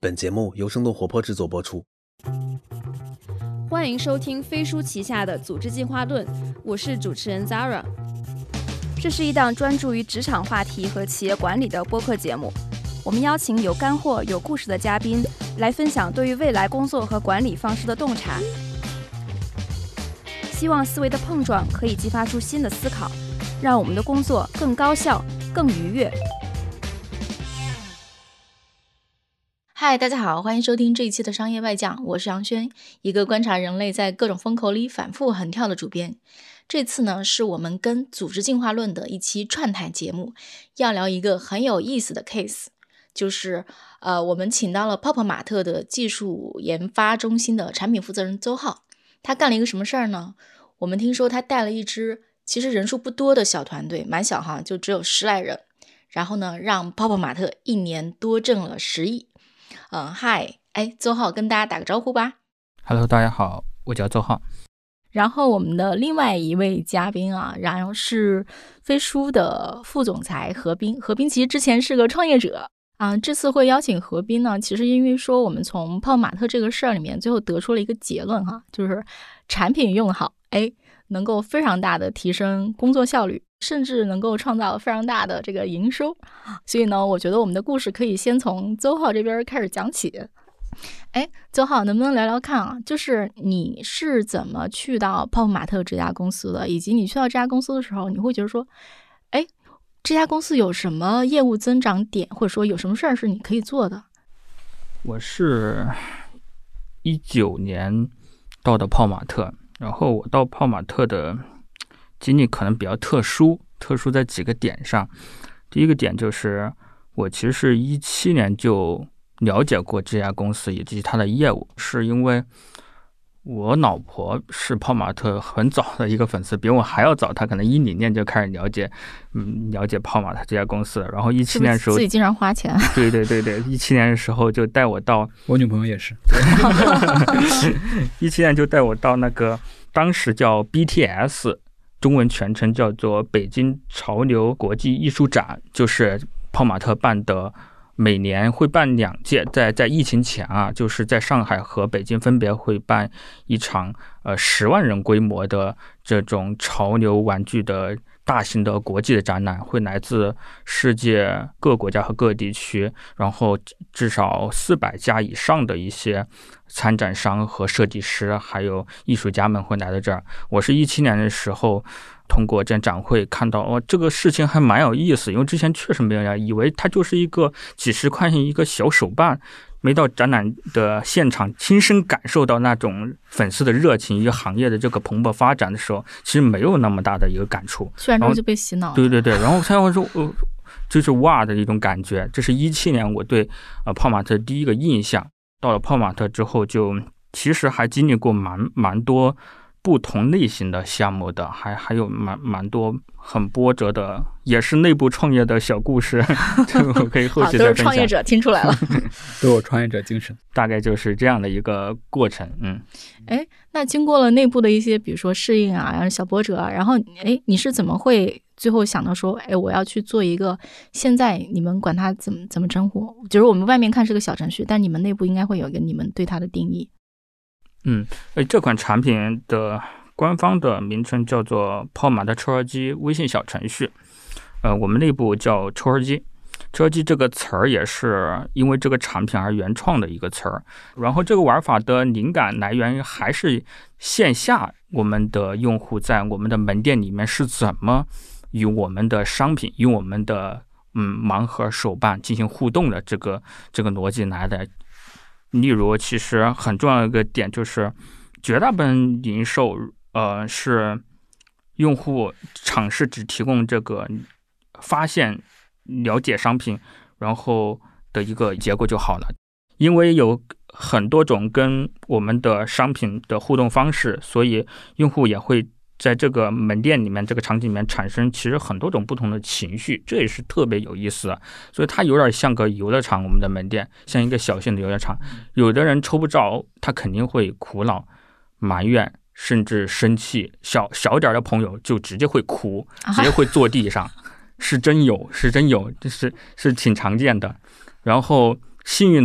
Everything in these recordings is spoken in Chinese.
本节目由生动活泼制作播出。 欢迎收听飞书旗下的组织进化论，我是主持人 Zara。 这是一档专注于职场话题和企业管理的播客节目，我们邀请有干货有故事的嘉宾来分享对于未来工作和管理方式的洞察，希望思维的碰撞可以激发出新的思考，让我们的工作更高效更愉悦。 嗨，大家好，欢迎收听这一期的商业外讲，我是杨轩，一个观察人类在各种风口里反复横跳的主编。这次呢，是我们跟组织进化论的一期串台节目，要聊一个很有意思的 case， 就是我们请到了泡泡玛特的技术研发中心的产品负责人邹浩。他干了一个什么事儿呢？我们听说他带了一支其实人数不多的小团队，蛮小哈，就只有10来人，然后呢，让泡泡玛特一年多挣了10亿。嗨，邹浩跟大家打个招呼吧。 Hello， 大家好，我叫邹浩。 然后我们的另外一位嘉宾啊，然后是飞书的副总裁何斌。何斌其实之前是个创业者啊，这次会邀请何斌呢，其实因为说我们从泡泡玛特这个事儿里面最后得出了一个结论哈，就是产品用好，能够非常大的提升工作效率，甚至能够创造非常大的这个营收。所以呢，我觉得我们的故事可以先从邹浩这边开始讲起。邹浩，能不能聊聊看啊？就是你是怎么去到泡泡玛特这家公司的，以及你去到这家公司的时候，你会觉得说，这家公司有什么业务增长点，或者说有什么事儿是你可以做的？ 我是19年到的泡玛特，然后我到泡玛特的经历可能比较特殊在几个点上。第一个点就是我其实是17年就了解过这家公司以及它的业务，是因为我老婆是泡玛特很早的一个粉丝，比我还要早，她可能10年就开始了解泡玛特这家公司了。然后17年的时候自己经常花钱。 对，17年的时候就带我到， 我女朋友也是 17年就带我到那个当时叫 BTS， 中文全称叫做北京潮流国际艺术展，就是泡玛特办的，每年会办2届，在疫情前啊，就是在上海和北京分别会办一场10万人规模的这种潮流玩具的大型的国际的展览，会来自世界各国家和各地区，然后至少400家以上的一些参展商和设计师还有艺术家们会来到这儿。我是17年的时候通过这展会看到，这个事情还蛮有意思，因为之前确实没有人以为它就是一个几十块钱一个小手办，没到展览的现场亲身感受到那种粉丝的热情，一个行业的这个蓬勃发展的时候，其实没有那么大的一个感触， 虽然说就被洗脑了。 对，然后才会说就是哇的一种感觉。这是17年我对泡玛特第一个印象。到了泡玛特之后，就其实还经历过蛮多不同类型的项目的，还有蛮多很波折的，也是内部创业的小故事，这个我可以后期再分享。 都是创业者，听出来了， 都有创业者精神， 大概就是这样的一个过程。 那经过了内部的一些，比如说适应啊，然后小波折啊，然后你是怎么会最后想到说，我要去做一个，现在你们管它怎么称呼？就是我们外面看是个小程序，但你们内部应该会有一个你们对它的定义。 这款产品的官方的名称叫做泡玛特抽儿机微信小程序，我们内部叫抽儿机。抽儿机这个词儿也是因为这个产品而原创的一个词儿，然后这个玩法的灵感来源还是线下我们的用户在我们的门店里面是怎么与我们的商品与我们的盲盒手办进行互动的这个逻辑来的。例如其实很重要的一个点就是绝大部分零售是用户尝试只提供这个发现了解商品然后的一个结果就好了，因为有很多种跟我们的商品的互动方式，所以用户也会在这个门店里面这个场景里面产生其实很多种不同的情绪，这也是特别有意思的。所以它有点像个游乐场，我们的门店像一个小型的游乐场，有的人抽不着他肯定会苦恼埋怨甚至生气，小点的朋友就直接会哭，直接会坐地上是真有，这是挺常见的。然后幸运的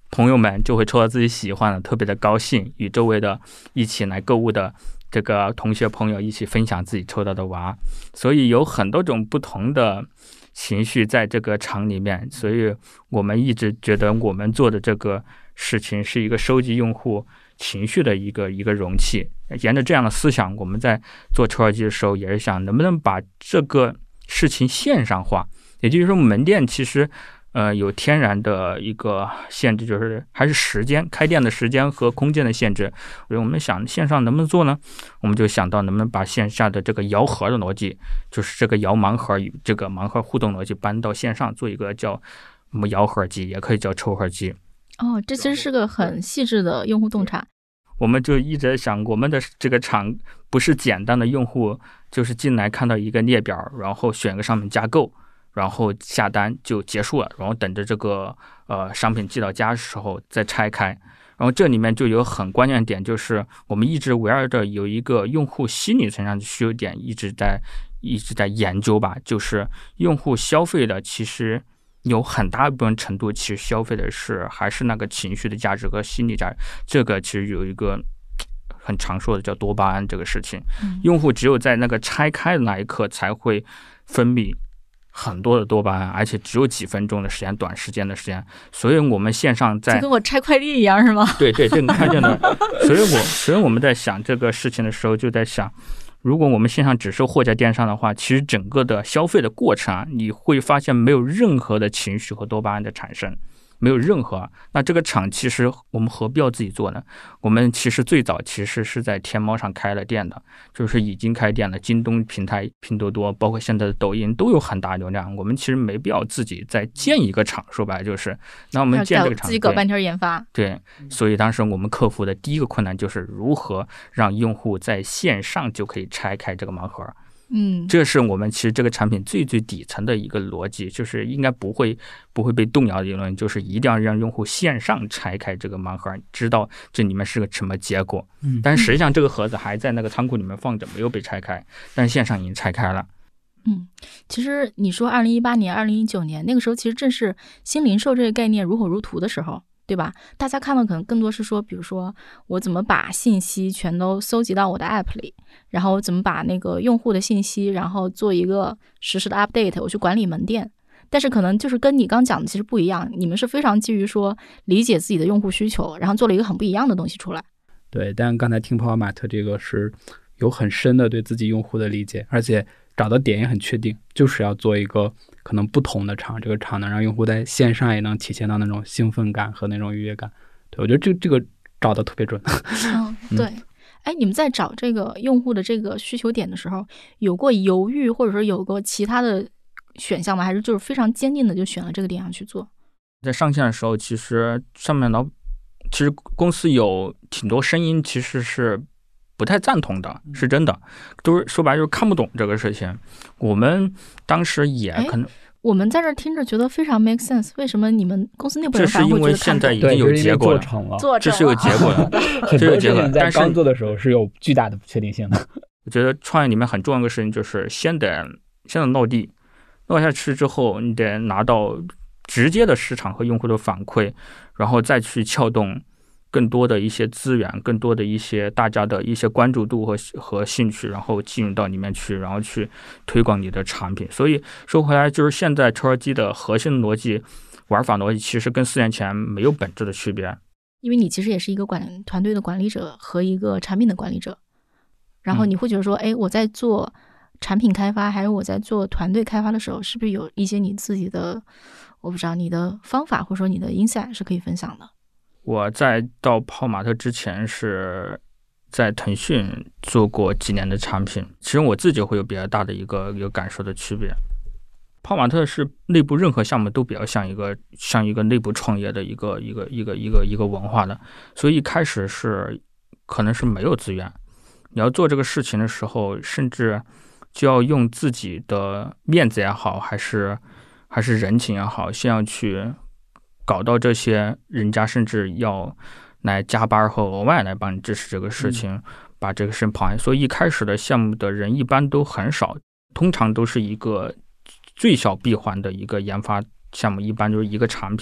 朋友们就会抽到自己喜欢的，特别的高兴，与周围的一起来购物的这个同学朋友一起分享自己抽到的娃，所以有很多种不同的情绪在这个场里面，所以我们一直觉得我们做的这个事情是一个收集用户情绪的一个容器。沿着这样的思想，我们在做抽号机的时候也是想能不能把这个事情线上化，也就是说门店其实有天然的一个限制，就是还是时间开店的时间和空间的限制。所以我们想线上能不能做呢？我们就想到能不能把线下的这个摇盒的逻辑，就是这个摇盲盒与这个盲盒互动逻辑搬到线上，做一个叫摇盒机，也可以叫抽盒机。 哦，这其实是个很细致的用户洞察。 我们就一直想，我们的这个场不是简单的用户就是进来看到一个列表，然后选个商品加购，然后下单就结束了，然后等着这个商品寄到家的时候再拆开。然后这里面就有很关键点，就是我们一直围绕着有一个用户心理层上的需求点一直在研究吧，就是用户消费的其实有很大一部分程度其实消费的还是那个情绪的价值和心理价值。这个其实有一个很常说的叫多巴胺这个事情，用户只有在那个拆开的那一刻才会分泌很多的多巴胺，而且只有几分钟的时间，短时间的时间。所以我们线上在就跟我拆快递一样是吗？ 对，这个看见的。所以我们在想这个事情的时候就在想，如果我们线上只是货在电商的话，其实整个的消费的过程啊，你会发现没有任何的情绪和多巴胺的产生，没有任何。那这个厂其实我们何必要自己做呢？我们其实最早其实是在天猫上开了店的，就是已经开店了，京东平台、拼多多，包括现在的抖音都有很大流量。我们其实没必要自己再建一个厂，说白了就是，那我们建这个厂自己搞半天研发。 对，所以当时我们克服的第一个困难就是如何让用户在线上就可以拆开这个盲盒。这是我们其实这个产品最底层的一个逻辑，就是应该不会被动摇的理论，就是一定要让用户线上拆开这个盲盒，知道这里面是个什么结果。但是实际上这个盒子还在那个仓库里面放着，没有被拆开，但是线上已经拆开了。 其实你说2018年、2019年那个时候，其实正是新零售这个概念如火如荼的时候，对吧？大家看到可能更多是说，比如说我怎么把信息全都搜集到我的 app 里，然后怎么把那个用户的信息，然后做一个实时的 update， 我去管理门店。但是可能就是跟你刚讲的其实不一样，你们是非常基于说理解自己的用户需求，然后做了一个很不一样的东西出来。 对，但刚才听泡泡玛特这个是有很深的对自己用户的理解，而且找的点也很确定，就是要做一个可能不同的场，这个场能让用户在线上也能体现到那种兴奋感和那种愉悦感。对，我觉得这个找的特别准。 对。哎，你们在找这个用户的这个需求点的时候，有过犹豫，或者说有过其他的选项吗？还是就是非常坚定的就选了这个点上去做？ 在上线的时候，其实公司有挺多声音，其实是不太赞同的，是真的，都是说白了就是看不懂这个事情。我们当时也可能。 我们在这听着觉得非常 make sense， 为什么你们公司内部人反而会觉得看不懂？ 这是因为现在已经有结果了，这是有结果的， 很多事情在刚做的时候是有巨大的不确定性的。 我觉得创业里面很重要的事情就是先得落地，落下去之后，你得拿到直接的市场和用户的反馈，然后再去撬动更多的一些资源，更多的一些大家的一些关注度和兴趣，然后进入到里面去，然后去推广你的产品。所以说回来，就是现在抽号机的核心逻辑、玩法逻辑，其实跟4年前没有本质的区别。 因为你其实也是一个团队的管理者和一个产品的管理者，然后你会觉得说，哎，我在做产品开发，还有我在做团队开发的时候，是不是有一些你自己的，我不知道你的方法或者说你的 insight 是可以分享的？ 我在到泡玛特之前是在腾讯做过几年的产品，其实我自己会有比较大的一个感受的区别。泡玛特是内部任何项目都比较像一个内部创业的一个文化的，所以一开始可能是没有资源，你要做这个事情的时候，甚至就要用自己的面子也好，还是人情也好，先要去搞到这些人家甚至要来加班和额外来帮你支持这个事情，把这个事情跑完。所以一开始的项目的人一般都很少，通常都是一个最小闭环的一个研发项目，一般就是一个产品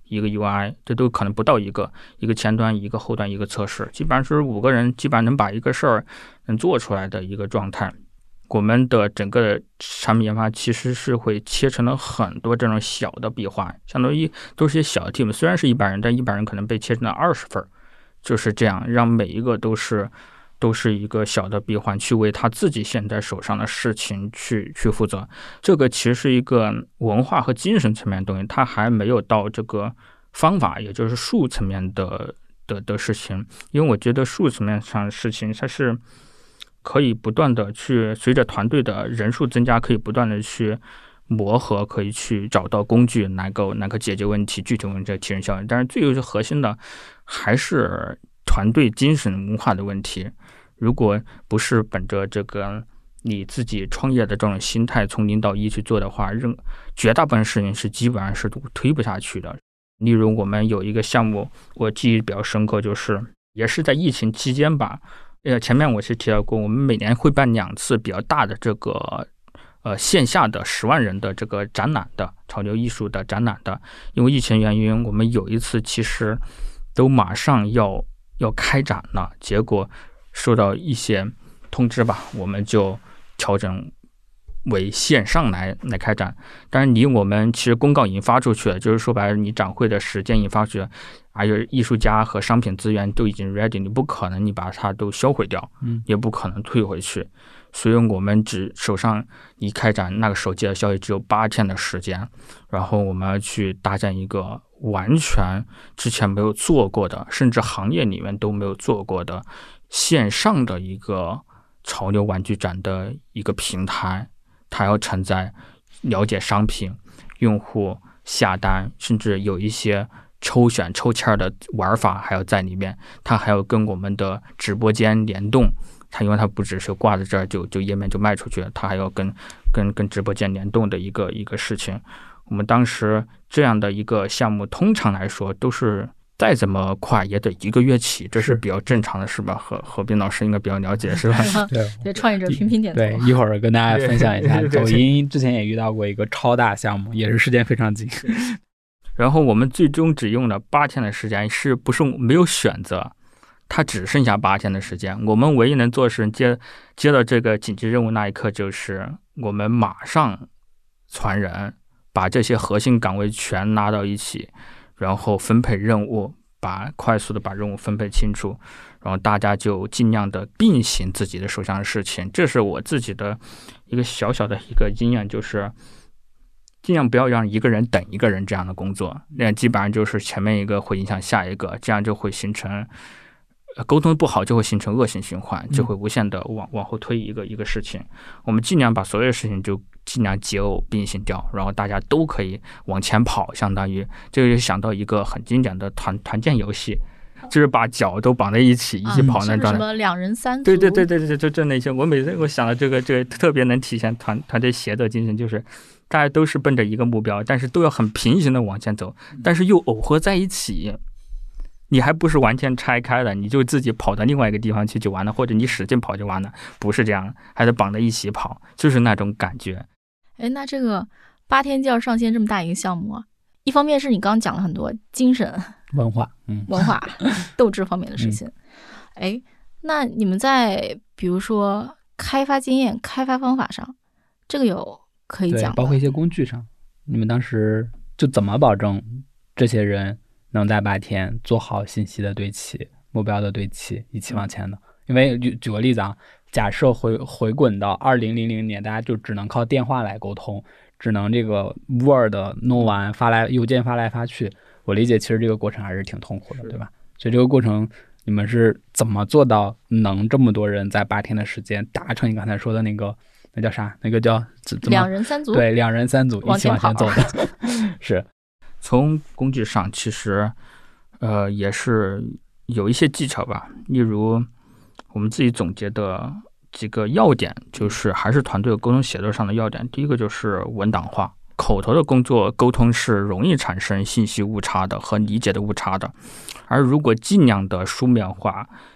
一个 UI， 这都可能不到一个前端，一个后端，一个测试，基本上是5个人基本上能把一个事儿能做出来的一个状态。我们的整个产品研发其实是会切成了很多这种小的闭环，相当于都是一些小的 team， 虽然是100人，但100人可能被切成了20份，就是这样，让每一个都是一个小的闭环，去为他自己现在手上的事情去负责。这个其实是一个文化和精神层面的东西，它还没有到这个方法，也就是术层面的事情。因为我觉得术层面上的事情，它是可以不断的去随着团队的人数增加，可以不断的去磨合，可以去找到工具，能够解决问题，具体问题提升效率。但是最核心的还是团队精神文化的问题。如果不是本着这个你自己创业的这种心态从0到1去做的话，绝大部分事情是基本上是推不下去的。例如我们有一个项目我记忆比较深刻，就是也是在疫情期间吧，前面我是提到过，我们每年会办2次比较大的这个线下的10万人的这个展览的潮流艺术的展览的。因为疫情原因，我们有一次其实都马上要开展了，结果收到一些通知吧，我们就调整为线上来开展。当然我们其实公告已经发出去了，就是说白了，你展会的时间已经发出去了，还有艺术家和商品资源都已经 ready， 你不可能你把它都销毁掉，也不可能退回去。所以我们手上一开展那个手机的消息只有8天的时间，然后我们要去搭建一个完全之前没有做过的，甚至行业里面都没有做过的线上的一个潮流玩具展的一个平台。它要承载了解商品、用户下单，甚至有一些抽选抽签的玩法还要在里面。它还要跟我们的直播间联动，因为它不只是挂在这儿就页面就卖出去了，它还要跟直播间联动的一个事情。我们当时这样的一个项目，通常来说都是再怎么快也得1个月起，这是比较正常的，是吧？何斌老师应该比较了解，是吧？ 对，创业者频频点头。 对，一会儿跟大家分享一下，抖音之前也遇到过一个超大项目，也是时间非常紧。 然后我们最终只用了8天的时间，是不是没有选择？它只剩下8天的时间，我们唯一能做的是接到这个紧急任务那一刻，就是我们马上传人，把这些核心岗位全拉到一起，然后分配任务，快速的把任务分配清楚，然后大家就尽量的并行自己的手上的事情。这是我自己的一个小小的一个经验，就是尽量不要让一个人等一个人这样的工作，那基本上就是前面一个会影响下一个，这样就会形成沟通不好，就会形成恶性循环，就会无限的往后推一个事情。我们尽量把所有的事情就尽量解耦并行掉，然后大家都可以往前跑，相当于这个就想到一个很经典的团建游戏，就是把脚都绑在一起跑那种， 什么2人3组， 对，就那些。我每次我想到这个特别能体现团队协作精神，就是大家都是奔着一个目标，但是都要很平行的往前走，但是又耦合在一起。你还不是完全拆开了，你就自己跑到另外一个地方去就完了，或者你使劲跑就完了，不是这样，还得绑在一起跑，就是那种感觉。 那这个8天就要上线这么大一个项目，一方面是你刚刚讲了很多精神文化斗志方面的事情。那你们在比如说开发经验、开发方法上，这个有可以讲的， 包括一些工具上，你们当时就怎么保证这些人能在8天做好信息的对齐、目标的对齐，一起往前的？因为举个例子啊，假设回滚到2000年，大家就只能靠电话来沟通，只能这个 Word 弄完邮件发来发去，我理解其实这个过程还是挺痛苦的，对吧？所以这个过程你们是怎么做到能这么多人在8天的时间达成你刚才说的那叫啥？那个叫 2人3组， 对，2人3组一起往前走的。是从工具上其实也是有一些技巧吧，例如我们自己总结的几个要点，就是还是团队沟通协作上的要点。第一个就是文档化，口头的工作沟通是容易产生信息误差的和理解的误差的，而如果尽量的书面化，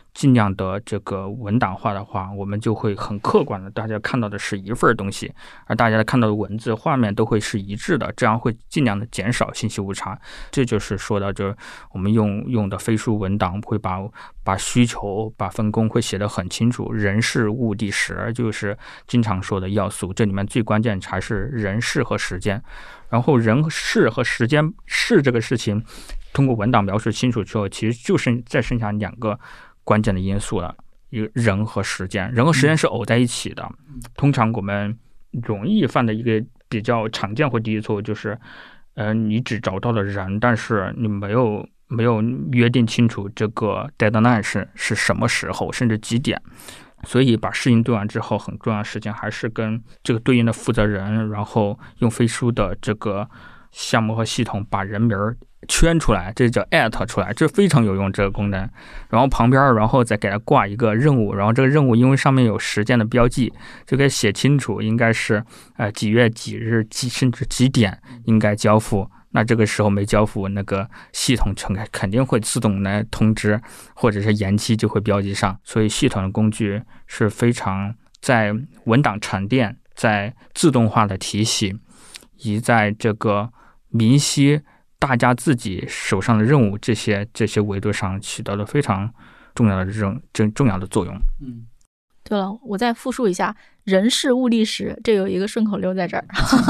尽量的这个文档化的话，我们就会很客观的，大家看到的是一份东西，而大家看到的文字画面都会是一致的，这样会尽量的减少信息误差。这就是说到这，我们用的飞书文档会把需求、把分工会写得很清楚，人事物地时就是经常说的要素，这里面最关键还是人事和时间。然后人事和时间事这个事情，通过文档描述清楚之后，其实就是再剩下2个关键的因素了，一个人和时间。人和时间是耦在一起的。通常我们容易犯的一个比较常见或第一错误就是，你只找到了人，但是你没有约定清楚这个 deadline 是什么时候，甚至几点。所以把事情对完之后，很重要的事情还是跟这个对应的负责人，然后用飞书的这个项目和系统把人名圈出来，这叫 at 出来，这非常有用这个功能。然后旁边然后再给它挂一个任务，然后这个任务因为上面有时间的标记，就可以写清楚应该是几月几日甚至几点应该交付。那这个时候没交付，那个系统肯定会自动来通知，或者是延期就会标记上。所以系统的工具是非常在文档沉淀、在自动化的提醒，以及在这个明晰大家自己手上的任务这些维度上起到了非常重要的作用。 对了，我再复述一下人事物地时，这有一个顺口溜在这儿。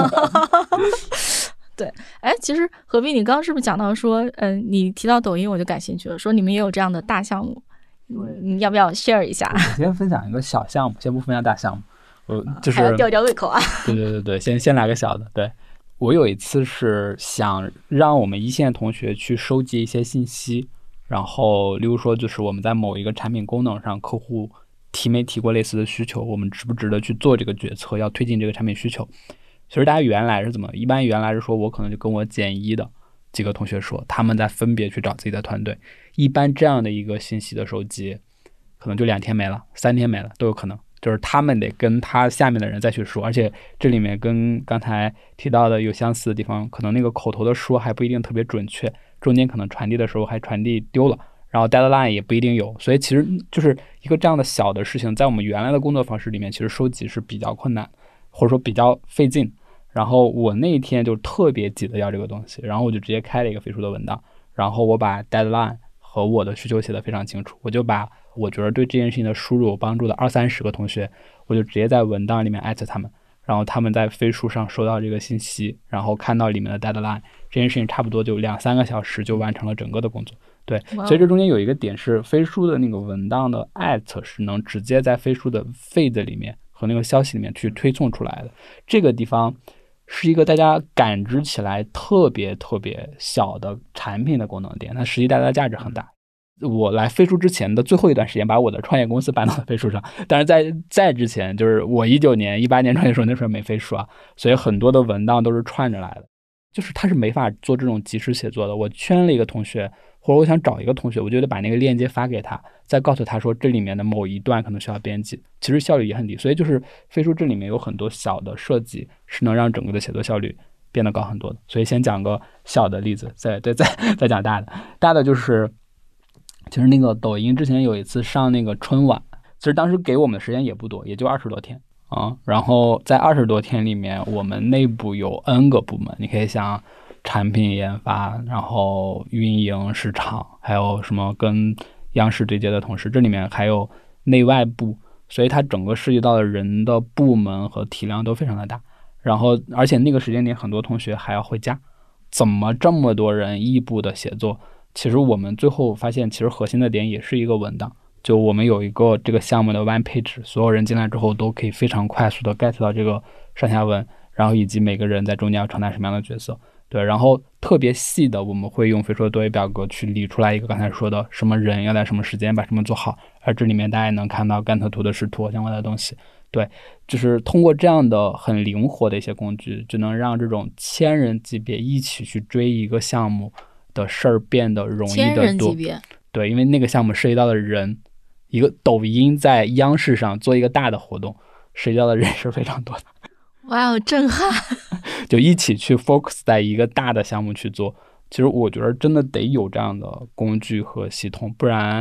对，其实何必你刚刚是不是讲到说，你提到抖音我就感兴趣了，说你们也有这样的大项目，你要不要 share 一下？ 我先分享一个小项目，先不分享大项目，就是还要吊胃口啊。 对，先来个小的。对，我有一次是想让我们一线同学去收集一些信息，然后例如说就是我们在某一个产品功能上，客户提没提过类似的需求，我们值不值得去做这个决策，要推进这个产品需求。其实大家原来是怎么？一般原来是说我可能就跟我减一的几个同学说，他们在分别去找自己的团队。一般这样的一个信息的收集，可能就2天没了，3天没了都有可能。就是他们得跟他下面的人再去说，而且这里面跟刚才提到的有相似的地方，可能那个口头的说还不一定特别准确，中间可能传递的时候还传递丢了，然后 deadline 也不一定有。所以其实就是一个这样的小的事情，在我们原来的工作方式里面，其实收集是比较困难，或者说比较费劲。然后我那一天就特别急着要这个东西，然后我就直接开了一个飞书的文档，然后我把 deadline 和我的需求写得非常清楚，我就把我觉得对这件事情的输入有帮助的20-30个同学，我就直接在文档里面艾特他们，然后他们在飞书上收到这个信息，然后看到里面的 deadline， 这件事情差不多就2-3个小时就完成了整个的工作。对，所以这中间有一个点是飞书的那个文档的艾特是能直接在飞书的 feed 里面和那个消息里面去推送出来的，这个地方是一个大家感知起来特别小的产品的功能点，它实际带来的价值很大。我来飞书之前的最后一段时间，把我的创业公司搬到了飞书上，但是在之前，就是我19年、18年创业的时候，那时候没飞书啊，所以很多的文档都是串着来的，就是它是没法做这种即时写作的。我圈了一个同学，或者我想找一个同学，我就得把那个链接发给他，再告诉他说这里面的某一段可能需要编辑，其实效率也很低。所以就是飞书这里面有很多小的设计是能让整个的写作效率变得高很多的。所以先讲个小的例子，再讲大的。大的就是其实那个抖音之前有一次上那个春晚，其实当时给我们的时间也不多，也就20多天啊。然后在20多天里面，我们内部有 N 个部门，你可以想产品研发，然后运营、市场，还有什么跟央视对接的同事，这里面还有内外部，所以它整个涉及到的人的部门和体量都非常的大。然后而且那个时间点很多同学还要回家，怎么这么多人异步的写作？其实我们最后发现，其实核心的点也是一个文档，就我们有一个这个项目的 one page， 所有人进来之后都可以非常快速的 get 到这个上下文，然后以及每个人在中间要承担什么样的角色。对，然后特别细的我们会用飞书的多维表格去理出来一个刚才说的什么人要在什么时间把什么做好，而这里面大家也能看到甘特图的视图相关的东西。对，就是通过这样的很灵活的一些工具，就能让这种1000人级别一起去追一个项目的事儿变得容易得多。1000人级别，对，因为那个项目涉及到的人，一个抖音在央视上做一个大的活动，涉及到的人是非常多的。 哇哦，震撼！ 就一起去 focus 在一个大的项目去做，其实我觉得真的得有这样的工具和系统，不然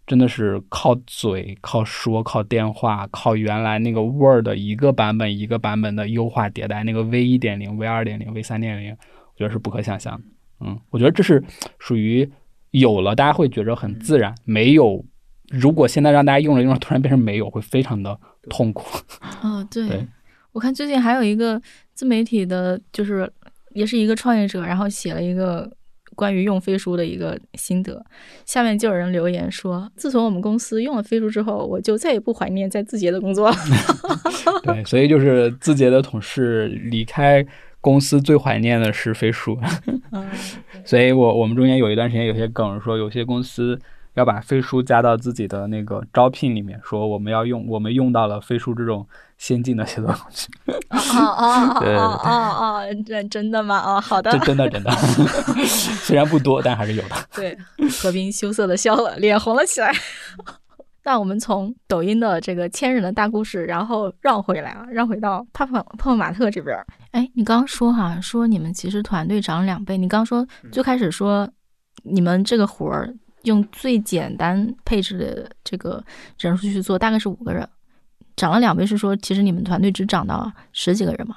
真的是靠嘴、靠说、靠电话、靠原来那个 Word 一个版本一个版本的优化迭代，那个 V1.0、V2.0、V3.0，我觉得是不可想象的。我觉得这是属于有了大家会觉得很自然，没有如果现在让大家用着用着突然变成没有，会非常的痛苦。 对，我看最近还有一个自媒体的，就是也是一个创业者，然后写了一个关于用飞书的一个心得，下面就有人留言说，自从我们公司用了飞书之后，我就再也不怀念在字节的工作了。 对，所以就是字节的同事离开公司最怀念的是飞书。所以我们中间有一段时间有些梗说，有些公司要把飞书加到自己的那个招聘里面，说我们用到了飞书这种先进的写作工具。 这真的吗？好的， 这真的虽然不多，但还是有的。 对，何冰羞涩的笑了，脸红了起来。那我们从抖音的这个千人的大故事，然后绕回到泡泡玛特这边。你刚刚说你们其实团队涨了2倍，你刚刚说最开始说你们这个活儿用最简单配置的这个人数去做，大概是5个人，涨了2倍，是说其实你们团队只涨到10几个人吗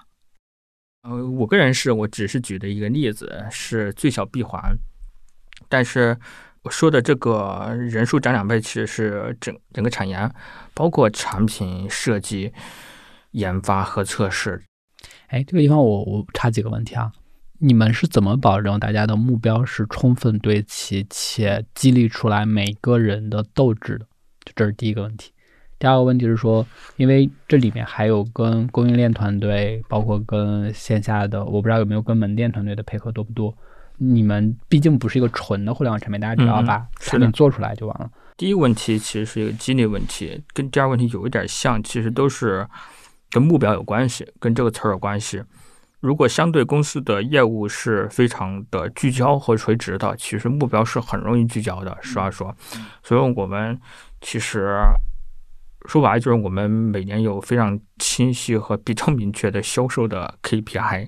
？5个人是我只是举的一个例子，是最小闭环，但是我说的这个人数涨2倍，其实是整个产业，包括产品设计、研发和测试。 这个地方我插几个问题啊。你们是怎么保证大家的目标是充分对齐且激励出来每个人的斗志的？这是第一个问题。第二个问题是说，因为这里面还有跟供应链团队，包括跟线下的，我不知道有没有跟门店团队的配合多不多。你们毕竟不是一个纯的互联网产品，大家只要把产品做出来就完了。 第一个问题其实是一个激励问题，跟第二个问题有一点像，其实都是跟目标有关系，跟这个词儿有关系。如果相对公司的业务是非常的聚焦和垂直的，其实目标是很容易聚焦的，实话说。所以我们其实说白了就是我们每年有非常清晰和比较明确的销售的 KPI，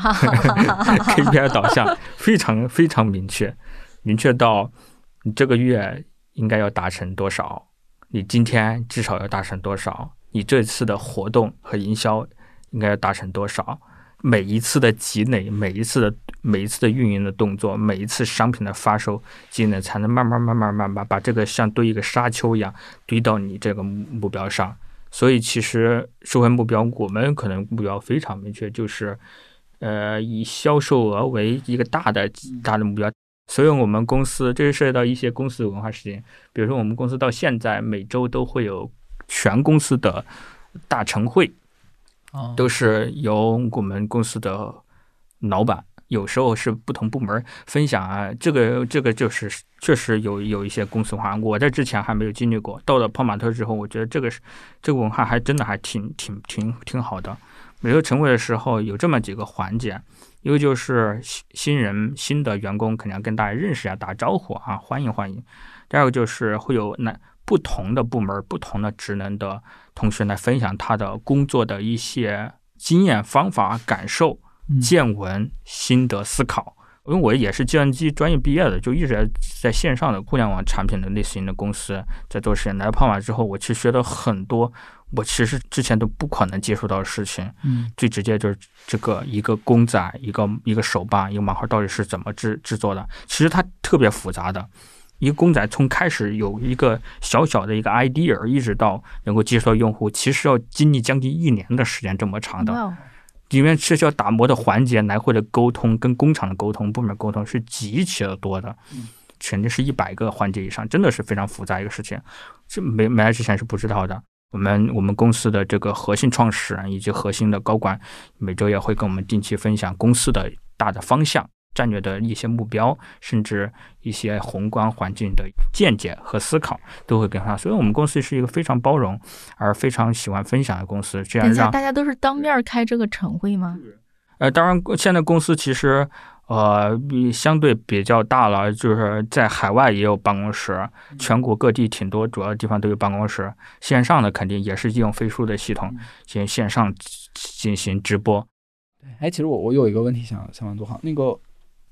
KPI 导向非常非常明确到你这个月应该要达成多少，你今天至少要达成多少，你这次的活动和营销应该要达成多少，每一次的积累，每一次的运营的动作，每一次商品的发售积累，才能慢慢把这个像堆一个沙丘一样堆到你这个目标上。所以其实收回目标，我们可能目标非常明确，就是以销售额为一个大的目标。所以我们公司这是涉及到一些公司的文化事情，比如说我们公司到现在每周都会有全公司的大晨会，都是由我们公司的老板，有时候是不同部门分享啊，这个就是确实有一些公司文化，我在之前还没有经历过，到了泡玛特之后，我觉得这个文化还真的还挺好的。每个晨会的时候有这么几个环节，一个就是新的员工肯定要跟大家认识一下，打招呼啊，欢迎。第二个就是会有不同的部门、不同的职能的同学来分享他的工作的一些经验、方法、感受、见闻、心得、思考。因为我也是计算机专业毕业的，就一直在线上的互联网产品的类型的公司在做实验。来泡玛之后，我其实学了很多我其实之前都不可能接触到的事情。最直接就是这个一个公仔、一个手办、一个盲盒到底是怎么制作的。其实它特别复杂的。一个公仔从开始有一个小小的一个 idea， 一直到能够接触到用户，其实要经历将近1年的时间这么长的。里面是需要打磨的环节，来回的沟通，跟工厂的沟通、部门沟通是极其的多的，肯定是100个环节以上，真的是非常复杂一个事情。这没来之前是不知道的。我们公司的这个核心创始人以及核心的高管，每周也会跟我们定期分享公司的大的方向、战略的一些目标，甚至一些宏观环境的见解和思考都会跟他。所以我们公司是一个非常包容而非常喜欢分享的公司。这样让大家都是当面开这个晨会吗？ 当然现在公司其实相对比较大了，就是在海外也有办公室，全国各地挺多主要地方都有办公室。线上的肯定也是用飞书的系统线上进行直播。 其实我有一个问题想问多好，那个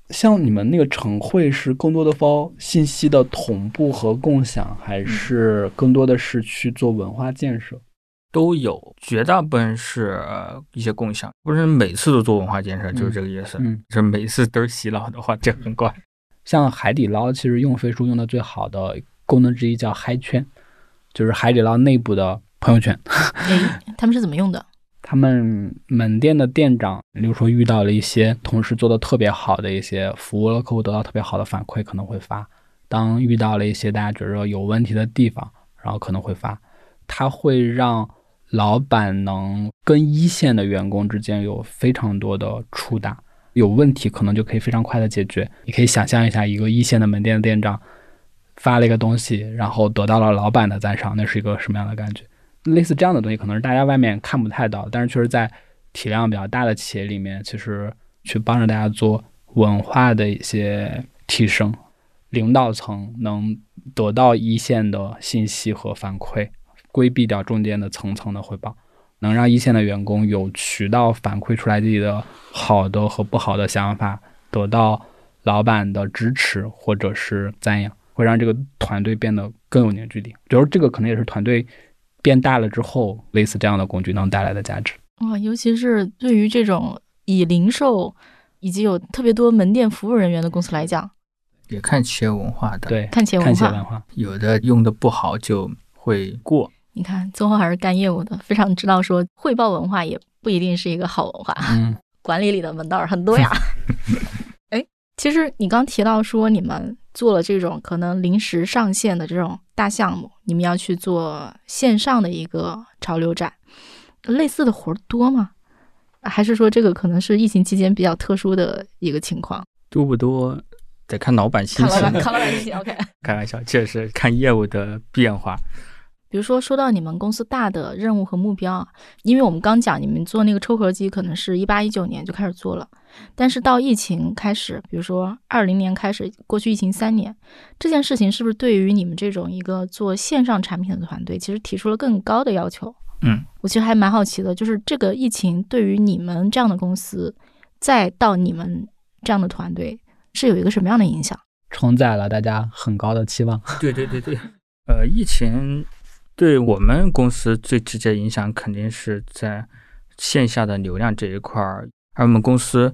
像你们那个晨会是更多的包信息的同步和共享，还是更多的是去做文化建设？ 都有，绝大部分是一些共享，不是每次都做文化建设，就是这个意思。是每次都是洗脑的话，这很怪。 像海底捞，其实用飞书用的最好的功能之一叫嗨圈，就是海底捞内部的朋友圈。 他们是怎么用的？ 他们门店的店长，例如说遇到了一些同事做的特别好的一些服务了客户得到特别好的反馈，可能会发。当遇到了一些大家觉得有问题的地方，然后可能会发。他会让老板能跟一线的员工之间有非常多的触达，有问题可能就可以非常快的解决。你可以想象一下，一个一线的门店的店长发了一个东西，然后得到了老板的赞赏，那是一个什么样的感觉？类似这样的东西可能是大家外面看不太到，但是确实在体量比较大的企业里面，其实去帮着大家做文化的一些提升，领导层能得到一线的信息和反馈，规避掉中间的层层的汇报，能让一线的员工有渠道反馈出来自己的好的和不好的想法，得到老板的支持或者是赞扬，会让这个团队变得更有凝聚力。比如这个可能也是团队变大了之后，类似这样的工具能带来的价值。 尤其是对于这种以零售以及有特别多门店服务人员的公司来讲， 也看企业文化的。 对， 看企业文化， 有的用的不好就会过。 你看宗浩还是干业务的，非常知道说汇报文化也不一定是一个好文化。管理里的门道很多呀。其实你刚提到说你们做了这种可能临时上线的这种大项目，你们要去做线上的一个潮流展，类似的活多吗？还是说这个可能是疫情期间比较特殊的一个情况？ 多不多得看老板心情。 看老板心情 OK。 开玩笑，确实看业务的变化。 比如说说到你们公司大的任务和目标，因为我们刚讲你们做那个抽盒机可能是18、19年就开始做了，但是到疫情开始，比如说20年开始，过去疫情3年，这件事情是不是对于你们这种一个做线上产品的团队其实提出了更高的要求？我其实还蛮好奇的，就是这个疫情对于你们这样的公司再到你们这样的团队是有一个什么样的影响？ 承载了大家很高的期望。 对，疫情对我们公司最直接影响肯定是在线下的流量这一块，而我们公司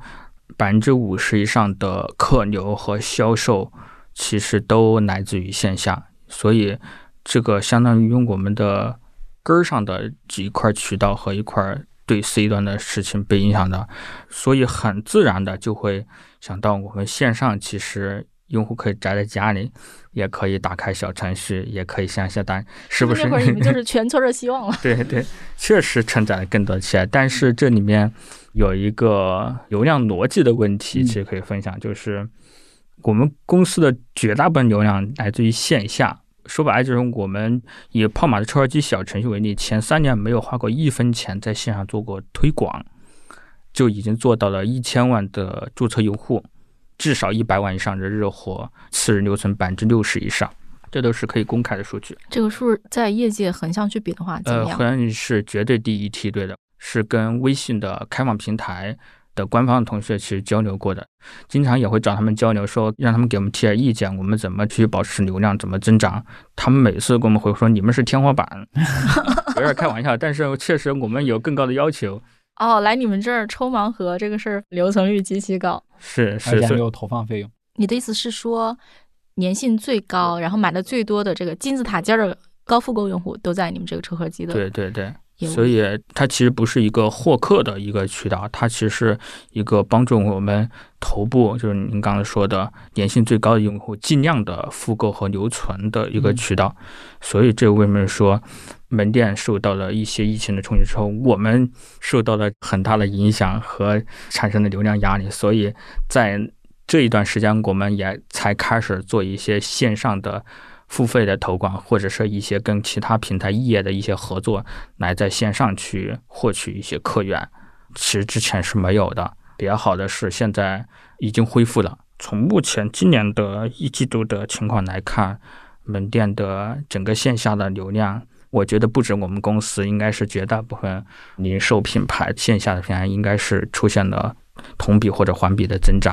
50%以上的客流和销售其实都来自于线下，所以这个相当于我们的根上的几块渠道和一块对 C 端的事情被影响的，所以很自然的就会想到我们线上其实用户可以宅在家里，也可以打开小程序，也可以向下单，是不是？ 这会儿你们就是全村的希望了。 对，确实承载了更多起来，但是这里面有一个流量逻辑的问题，其实可以分享，就是我们公司的绝大部分流量来自于线下。说白了就是我们以泡马的抽号机小程序为例，前3年没有花过1分钱在线上做过推广，就已经做到了1000万的注册用户，至少100万以上的日活，次日留存60%以上，这都是可以公开的数据。 这个数在业界横向去比的话怎么样？ 好像是绝对第一梯队的，是跟微信的开放平台的官方的同学其实交流过的，经常也会找他们交流，说让他们给我们提点意见，我们怎么去保持流量，怎么增长。他们每次跟我们回复说你们是天花板，有点开玩笑，但是确实我们有更高的要求。 来你们这儿抽盲盒这个事儿留存率极其高， 是， 而且还有投放费用。 你的意思是说粘性最高，然后买的最多的这个金字塔尖的高复购用户都在你们这个抽盒机的？ 对，所以它其实不是一个获客的一个渠道，它其实是一个帮助我们头部，就是您刚才说的粘性最高的用户尽量的复购和留存的一个渠道。所以这为什么说门店受到了一些疫情的冲击之后，我们受到了很大的影响和产生的流量压力，所以在这一段时间我们也才开始做一些线上的付费的投广，或者是一些跟其他平台业的一些合作，来在线上去获取一些客源，其实之前是没有的。比较好的是现在已经恢复了，从目前今年的1季度的情况来看，门店的整个线下的流量，我觉得不止我们公司，应该是绝大部分零售品牌线下的平台应该是出现了同比或者环比的增长。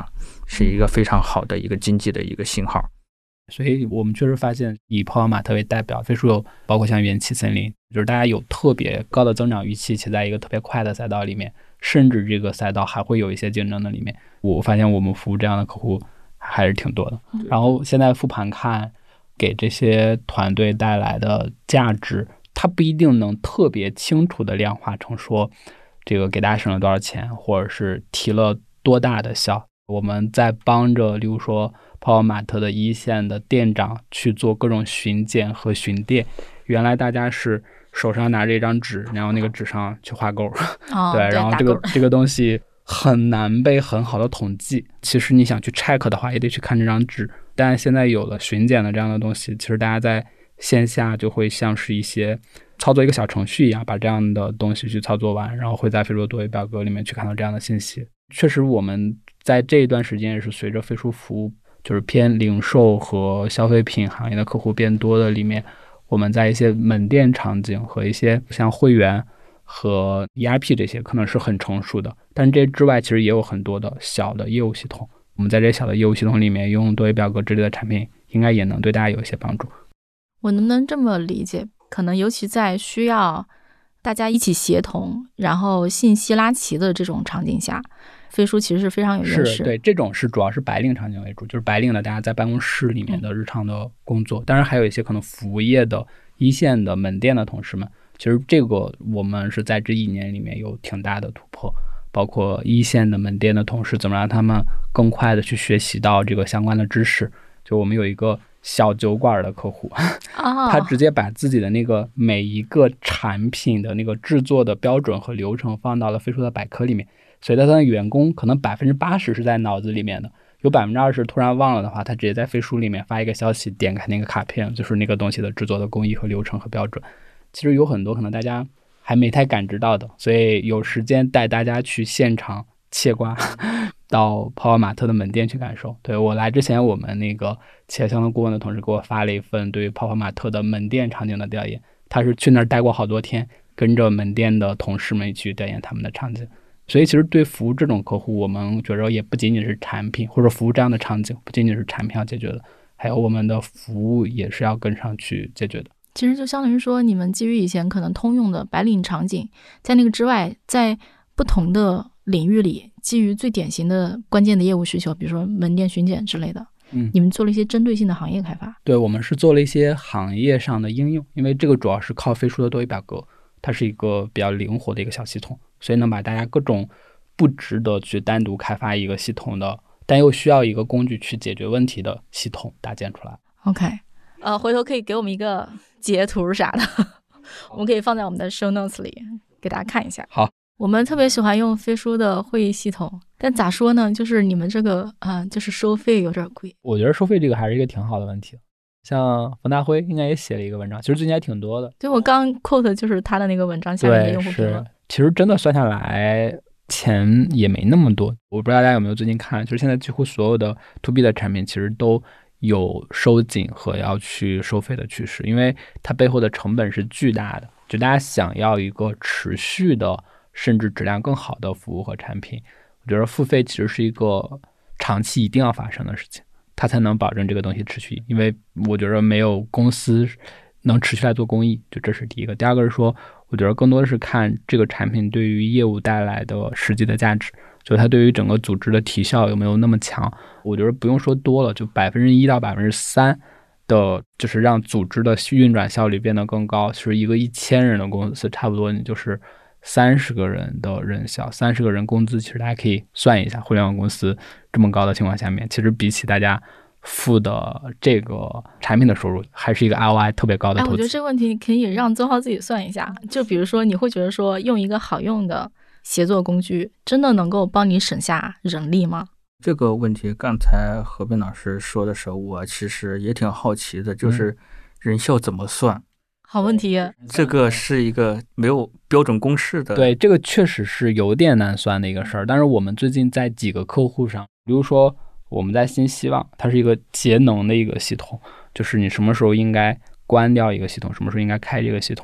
是一个非常好的一个经济的一个信号。 所以我们确实发现，以泡泡玛特为代表，飞书有包括像元气森林，就是大家有特别高的增长预期，且在一个特别快的赛道里面，甚至这个赛道还会有一些竞争的里面，我发现我们服务这样的客户还是挺多的。然后现在复盘看，给这些团队带来的价值，它不一定能特别清楚的量化成说这个给大家省了多少钱，或者是提了多大的效。我们在帮着例如说泡泡玛特的一线的店长去做各种巡检和巡店，原来大家是手上拿着一张纸，然后那个纸上去画勾，对，然后这个东西很难被很好的统计。其实你想去 check 的话，也得去看这张纸。但现在有了巡检的这样的东西，其实大家在线下就会像是一些操作一个小程序一样，把这样的东西去操作完，然后会在飞书多维表格里面去看到这样的信息。确实我们在这一段时间也是随着飞书服务就是偏零售和消费品行业的客户变多的里面，我们在一些门店场景和一些像会员和 ERP 这些可能是很成熟的，但这之外其实也有很多的小的业务系统，我们在这些小的业务系统里面用多维表格之类的产品应该也能对大家有一些帮助。 我能不能这么理解，可能尤其在需要大家一起协同然后信息拉齐的这种场景下，飞书其实是非常有优势。 是，对，这种是主要是白领场景为主，就是白领的大家在办公室里面的日常的工作。当然还有一些可能服务业的一线的门店的同事们，其实这个我们是在这1年里面有挺大的突破，包括一线的门店的同事怎么让他们更快的去学习到这个相关的知识。就我们有一个小酒馆的客户，他直接把自己的那个每一个产品的那个制作的标准和流程放到了飞书的百科里面，所以他的员工可能80%是在脑子里面的，有20%突然忘了的话，他直接在飞书里面发一个消息，点开那个卡片，就是那个东西的制作的工艺和流程和标准。其实有很多可能大家还没太感知到的，所以有时间带大家去现场切瓜到泡泡玛特的门店去感受。对，我来之前，我们那个企业相关顾问的同事给我发了一份对于泡泡玛特的门店场景的调研，他是去那儿待过好多天，跟着门店的同事们一起去调研他们的场景。所以其实对服务这种客户，我们觉得也不仅仅是产品，或者服务这样的场景不仅仅是产品要解决的，还有我们的服务也是要跟上去解决的。 其实就相当于说，你们基于以前可能通用的白领场景，在那个之外，在不同的领域里，基于最典型的关键的业务需求，比如说门店巡检之类的，你们做了一些针对性的行业开发。 对，我们是做了一些行业上的应用，因为这个主要是靠飞书的多维表格，它是一个比较灵活的一个小系统，所以能把大家各种不值得去单独开发一个系统的，但又需要一个工具去解决问题的系统搭建出来。 OK， 回头可以给我们一个截图啥的我们可以放在我们的 show notes 里给大家看一下。 好， 我们特别喜欢用飞书的会议系统，但咋说呢，就是你们这个就是收费有点贵。 我觉得收费这个还是一个挺好的问题，像冯大辉应该也写了一个文章，其实最近还挺多的。 对，我刚 quote 就是他的那个文章下面的用户评论。 其实真的算下来钱也没那么多。我不知道大家有没有最近看，就是现在几乎所有的 to B 的产品其实都有收紧和要去收费的趋势，因为它背后的成本是巨大的，就大家想要一个持续的甚至质量更好的服务和产品，我觉得付费其实是一个长期一定要发生的事情，它才能保证这个东西持续。因为我觉得没有公司能持续来做公益，就这是第一个。第二个是说，我觉得更多的是看这个产品对于业务带来的实际的价值，就它对于整个组织的提效有没有那么强。我觉得不用说多了，就1%到3%的，就是让组织的运转效率变得更高。是一个1000人的公司，差不多你就是30个人的人效，30个人工资，其实大家可以算一下，互联网公司这么高的情况下面，其实比起大家付的这个产品的收入，还是一个 ROI 特别高的投资。 我觉得这个问题可以让邹浩自己算一下。就比如说，你会觉得说，用一个好用的协作工具，真的能够帮你省下人力吗？ 这个问题刚才何斌老师说的时候，我其实也挺好奇的，就是人效怎么算？ 好问题。 这个是一个没有标准公式的。 对，这个确实是有点难算的一个事儿。但是我们最近在几个客户上，比如说我们在新希望，它是一个节能的一个系统，就是你什么时候应该关掉一个系统，什么时候应该开这个系统，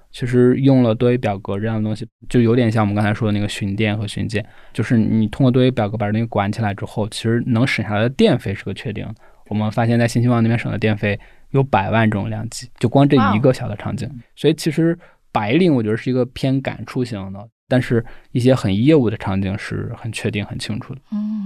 其实用了多维表格这样的东西，就有点像我们刚才说的那个巡电和巡检，就是你通过多维表格把这东西管起来之后，其实能省下来的电费是个确定的。我们发现在新希望那边省的电费有100万这种量级，就光这一个小的场景。所以其实白领我觉得是一个偏感触型的，但是一些很业务的场景是很确定很清楚的。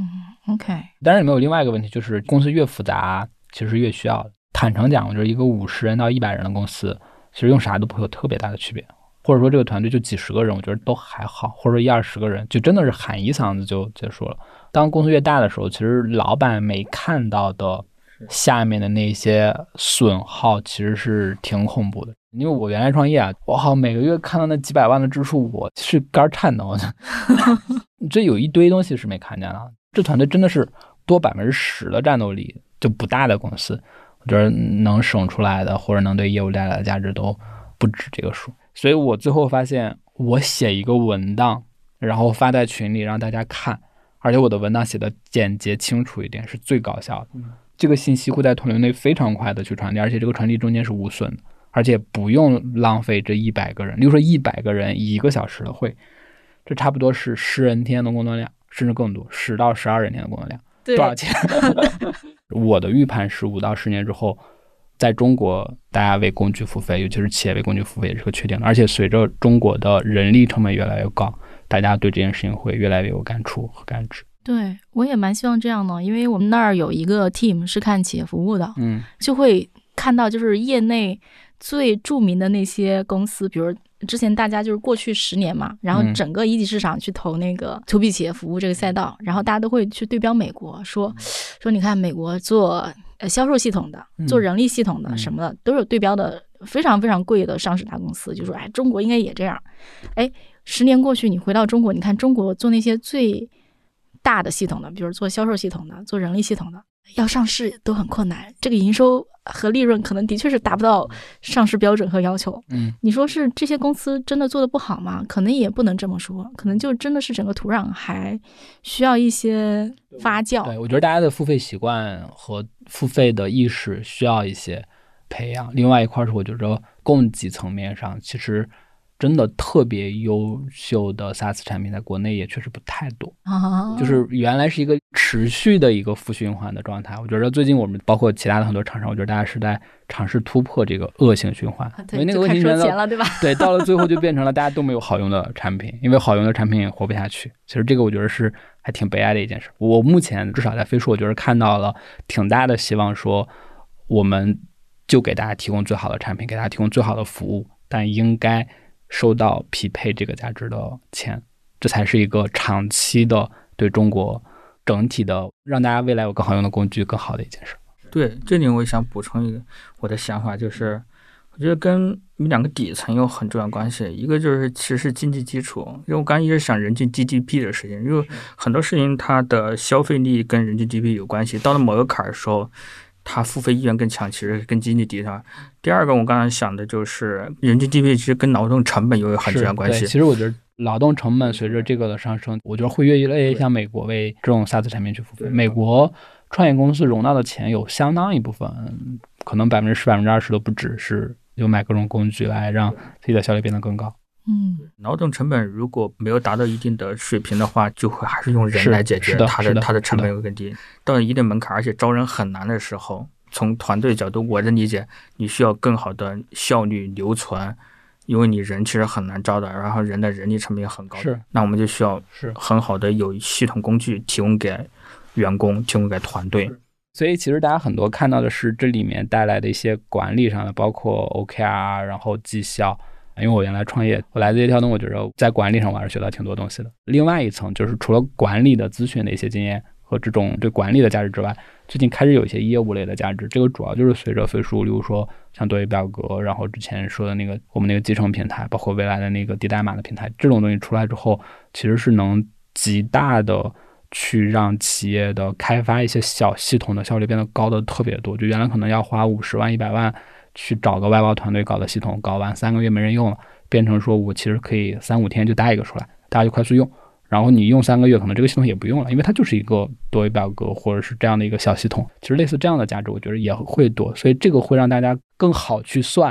OK。 当然也没有另外一个问题，就是公司越复杂其实越需要的。坦诚讲，我觉得一个50人到100人的公司其实用啥都不会有特别大的区别，或者说这个团队就几十个人我觉得都还好，或者说10-20个人就真的是喊一嗓子就结束了。当公司越大的时候，其实老板没看到的下面的那些损耗其实是挺恐怖的。因为我原来创业啊，我每个月看到那几百万的支出，我是肝颤的。这有一堆东西是没看见的。这团队真的是多10%的战斗力，就不大的公司，我觉得能省出来的或者能对业务带来的价值都不止这个数。所以我最后发现，我写一个文档，然后发在群里让大家看，而且我的文档写的简洁清楚一点是最高效的。这个信息会在团队内非常快的去传递，而且这个传递中间是无损的，而且不用浪费这100个人。例如说100个人1个小时的会，这差不多是10人天的工作量，甚至更多，10到12人天的工作量。多少钱？我的预判是5到10年之后，在中国大家为工具付费，尤其是企业为工具付费也是个确定的。而且随着中国的人力成本越来越高，大家对这件事情会越来越有感触和感知。 对，我也蛮希望这样的，因为我们那儿有一个 team 是看企业服务的，就会看到就是业内最著名的那些公司，比如之前大家就是过去10年嘛，然后整个一级市场去投那个 to B 企业服务这个赛道，然后大家都会去对标美国，说你看美国做销售系统的，做人力系统的什么的，都有对标的非常非常贵的上市大公司，就说中国应该也这样。10年过去，你回到中国，你看中国做那些最大的系统的，比如做销售系统的，做人力系统的，要上市都很困难，这个营收和利润可能的确是达不到上市标准和要求。你说是这些公司真的做得不好吗？可能也不能这么说，可能就真的是整个土壤还需要一些发酵。 对，我觉得大家的付费习惯和付费的意识需要一些培养。另外一块是我觉得供给层面上，其实真的特别优秀的 SaaS 产品在国内也确实不太多，就是原来是一个持续的一个负循环的状态。我觉得最近我们包括其他的很多厂商，我觉得大家是在尝试突破这个恶性循环，因为那个恶性循环了，对吧？ 对，到了最后就变成了大家都没有好用的产品，因为好用的产品活不下去。其实这个我觉得是还挺悲哀的一件事。我目前至少在飞书，我觉得看到了挺大的希望，说我们就给大家提供最好的产品，给大家提供最好的服务，但应该收到匹配这个价值的钱，这才是一个长期的对中国整体的让大家未来有更好用的工具更好的一件事。 对，这里我也想补充一个我的想法，就是我觉得跟你们两个底层有很重要关系。一个就是其实是经济基础，因为我刚才一直想人均 GDP 的事情，因为很多事情它的消费力跟人均 GDP 有关系，到了某个坎的时候它付费意愿更强，其实跟经济底上。第二个我刚才想的就是人均 GDP 其实跟劳动成本有很重要关系。 其实我觉得劳动成本随着这个的上升，我觉得会越来越像美国为这种 SaaS 产品去付费。美国创业公司融到的钱有相当一部分，可能10%、20%都不止，是有买各种工具来让自己的效率变得更高。 劳动成本如果没有达到一定的水平的话，就会还是用人来解决，它的成本会更低。到一定门槛，而且招人很难的时候，从团队角度，我的理解，你需要更好的效率留存，因为你人其实很难招的，然后人的人力成本也很高，那我们就需要很好的有系统工具提供给员工，提供给团队。 所以其实大家很多看到的是这里面带来的一些管理上的，包括 OKR， 然后绩效。因为我原来创业，我来字节跳动，我觉得在管理上我还是学到挺多东西的。另外一层就是除了管理的咨询的一些经验和这种对管理的价值之外，最近开始有一些业务类的价值。这个主要就是随着飞书，例如说像多维表格，然后之前说的那个我们那个集成平台，包括未来的那个低代码的平台，这种东西出来之后，其实是能极大的去让企业的开发一些小系统的效率变得高的特别多。就原来可能要花50万、100万去找个外包团队搞的系统，搞完3个月没人用了，变成说我其实可以3-5天就搭一个出来，大家就快速用，然后你用3个月可能这个系统也不用了，因为它就是一个多维表格或者是这样的一个小系统。其实类似这样的价值我觉得也会多，所以这个会让大家更好去算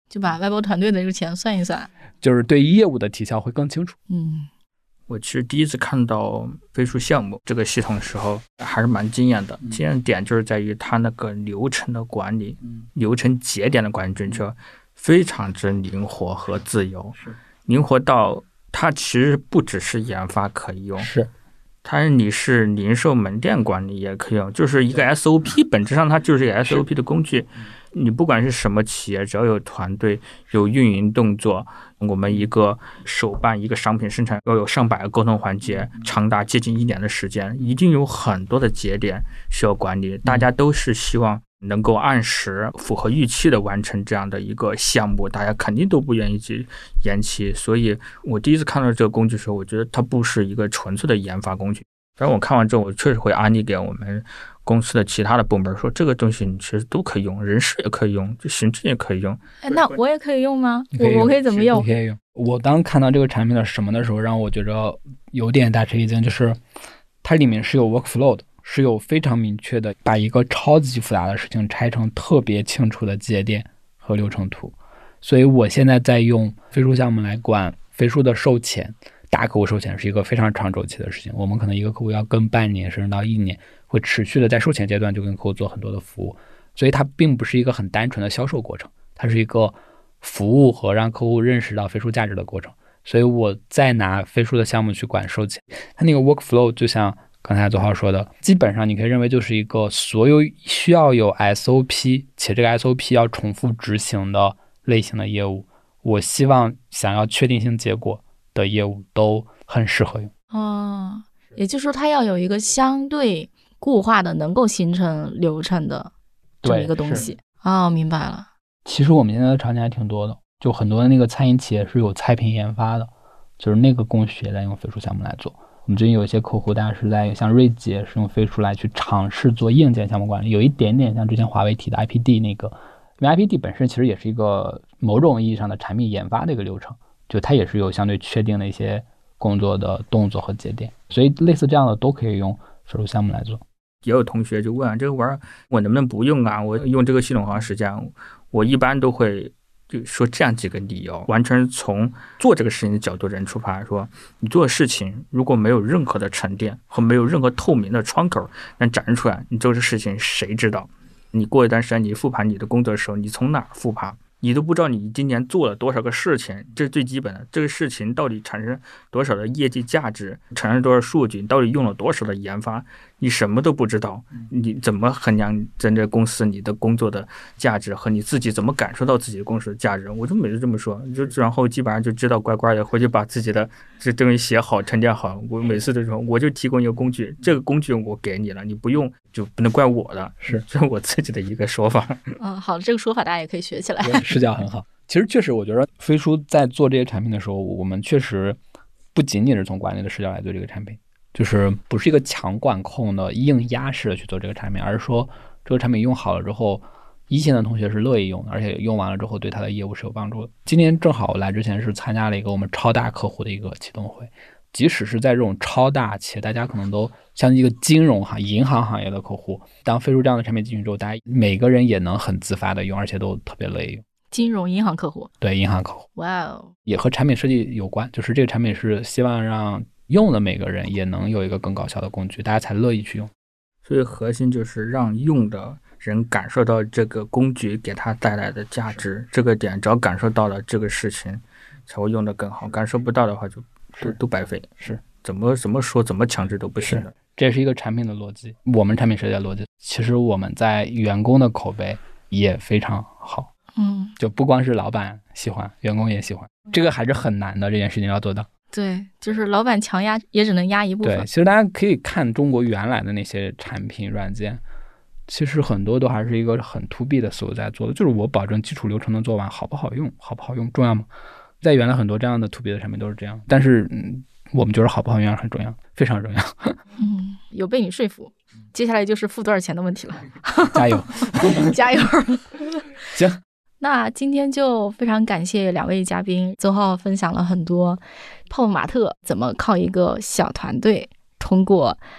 就把外包团队的这个钱算一算， 就是对业务的提效会更清楚。 我其实第一次看到飞书项目这个系统的时候，还是蛮惊艳的。惊艳点就是在于它那个流程的管理，流程节点的管理准确，非常之灵活和自由。灵活到它其实不只是研发可以用，你是零售门店管理也可以用，就是一个 SOP， 本质上它就是一个 SOP 的工具。你不管是什么企业，只要有团队、有运营动作，我们一个手办一个商品生产要有上百个沟通环节，长达接近1年的时间，一定有很多的节点需要管理。大家都是希望能够按时符合预期的完成这样的一个项目，大家肯定都不愿意去延期。所以我第一次看到这个工具的时候，我觉得它不是一个纯粹的研发工具。反正我看完之后，我确实会安利给我们公司的其他的部门，说这个东西你其实都可以用，人事也可以用，就行政也可以用。 那我也可以用吗？我可以怎么用？ 你可以用。我当看到这个产品的什么的时候，让我觉着有点大吃一惊，就是它里面是有 workflow 的，是有非常明确的把一个超级复杂的事情拆成特别清楚的节点和流程图。所以我现在在用飞书项目来管飞书的售前。大客户售前是一个非常长周期的事情，我们可能一个客户要跟半年甚至到1年，会持续的在售前阶段就跟客户做很多的服务，所以它并不是一个很单纯的销售过程，它是一个服务和让客户认识到飞书价值的过程。所以我再拿飞书的项目去管售前，它那个 workflow 就像刚才左浩说的，基本上你可以认为就是一个所有需要有 SOP 且这个 SOP 要重复执行的类型的业务，我希望想要确定性结果的业务都很适合用。 也就是说它要有一个相对固化的能够形成流程的这么一个东西。明白了。 其实我们现在的场景还挺多的，就很多的那个餐饮企业是有菜品研发的，就是那个供需也在用飞书项目来做。我们最近有一些客户大家是在像瑞杰是用飞书来去尝试做硬件项目管理，有一点点像之前华为提的 IPD 那个，因为 IPD 本身其实也是一个某种意义上的产品研发的一个流程，就它也是有相对确定的一些工作的动作和节点，所以类似这样的都可以用飞书项目来做。 也有同学就问这个玩意儿我能不能不用啊？我用这个系统好长时间，我一般都会就说这样几个理由，完全从做这个事情的角度人出发，说你做的事情如果没有任何的沉淀和没有任何透明的窗口能展示出来，你做这事情谁知道？你过一段时间你复盘你的工作的时候，你从哪儿复盘？你都不知道你今年做了多少个事情，这是最基本的。这个事情到底产生多少的业绩价值，产生多少数据，你到底用了多少的研发，你什么都不知道，你怎么衡量在这公司你的工作的价值和你自己怎么感受到自己的公司的价值？我就每次这么说，就然后基本上就知道乖乖的回去把自己的这东西写好沉淀好。我每次都说我就提供一个工具，这个工具我给你了，你不用就不能怪我的，是我自己的一个说法。 好，这个说法大家也可以学起来。 视角很好。其实确实我觉得飞书在做这些产品的时候，我们确实不仅仅是从管理的视角来做这个产品，就是不是一个强管控的硬压式的去做这个产品，而是说这个产品用好了之后，一线的同学是乐意用的，而且用完了之后对他的业务是有帮助的。今年正好来之前是参加了一个我们超大客户的一个启动会，即使是在这种超大且大家可能都像一个金融银行行业的客户，当飞书这样的产品进去之后，大家每个人也能很自发的用，而且都特别乐意用。 金融银行客户， 对，银行客户， 哇哦， 也和产品设计有关，就是这个产品是希望让用的每个人也能有一个更高效的工具，大家才乐意去用。 所以核心就是让用的人感受到这个工具给他带来的价值，这个点只要感受到了这个事情才会用得更好，感受不到的话就都白费，是怎么说怎么强制都不行的。 这是一个产品的逻辑，我们产品设计的逻辑，其实我们在员工的口碑也非常好。就不光是老板喜欢，员工也喜欢，这个还是很难的，这件事情要做到。 对，就是老板强压也只能压一部分。 对，其实大家可以看中国原来的那些产品软件，其实很多都还是一个很 to B 的思路在做的，就是我保证基础流程能做完，好不好用重要吗？在原来很多这样的 to B 的产品都是这样，但是我们觉得好不好用很重要，非常重要。 有被你说服，接下来就是付多少钱的问题了。 加油加油。 行， 那今天就非常感谢两位嘉宾，邹浩分享了很多泡泡玛特怎么靠一个小团队通过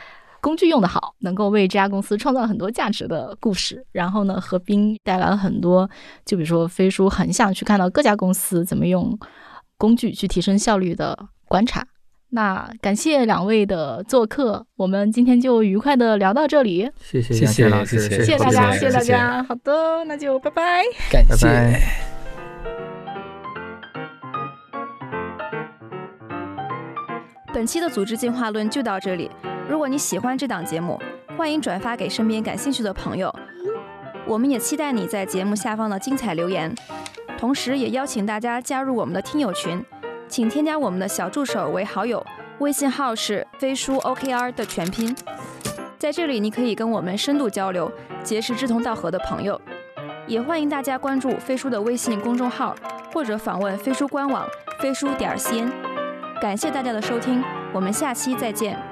工具用得好，能够为这家公司创造很多价值的故事。然后呢，何冰带来了很多，就比如说飞书很想去看到各家公司怎么用工具去提升效率的观察。那感谢2位的做客，我们今天就愉快的聊到这里。 谢谢杨倩老师， 谢谢大家，谢谢大家。好的，那就拜拜， 感谢。 拜拜。 本期的组织进化论就到这里。如果你喜欢这档节目，欢迎转发给身边感兴趣的朋友。我们也期待你在节目下方的精彩留言，同时也邀请大家加入我们的听友群，请添加我们的小助手为好友，微信号是飞书 OKR 的全拼。在这里，你可以跟我们深度交流，结识志同道合的朋友。也欢迎大家关注飞书的微信公众号，或者访问飞书官网飞书.cn。感谢大家的收听，我们下期再见。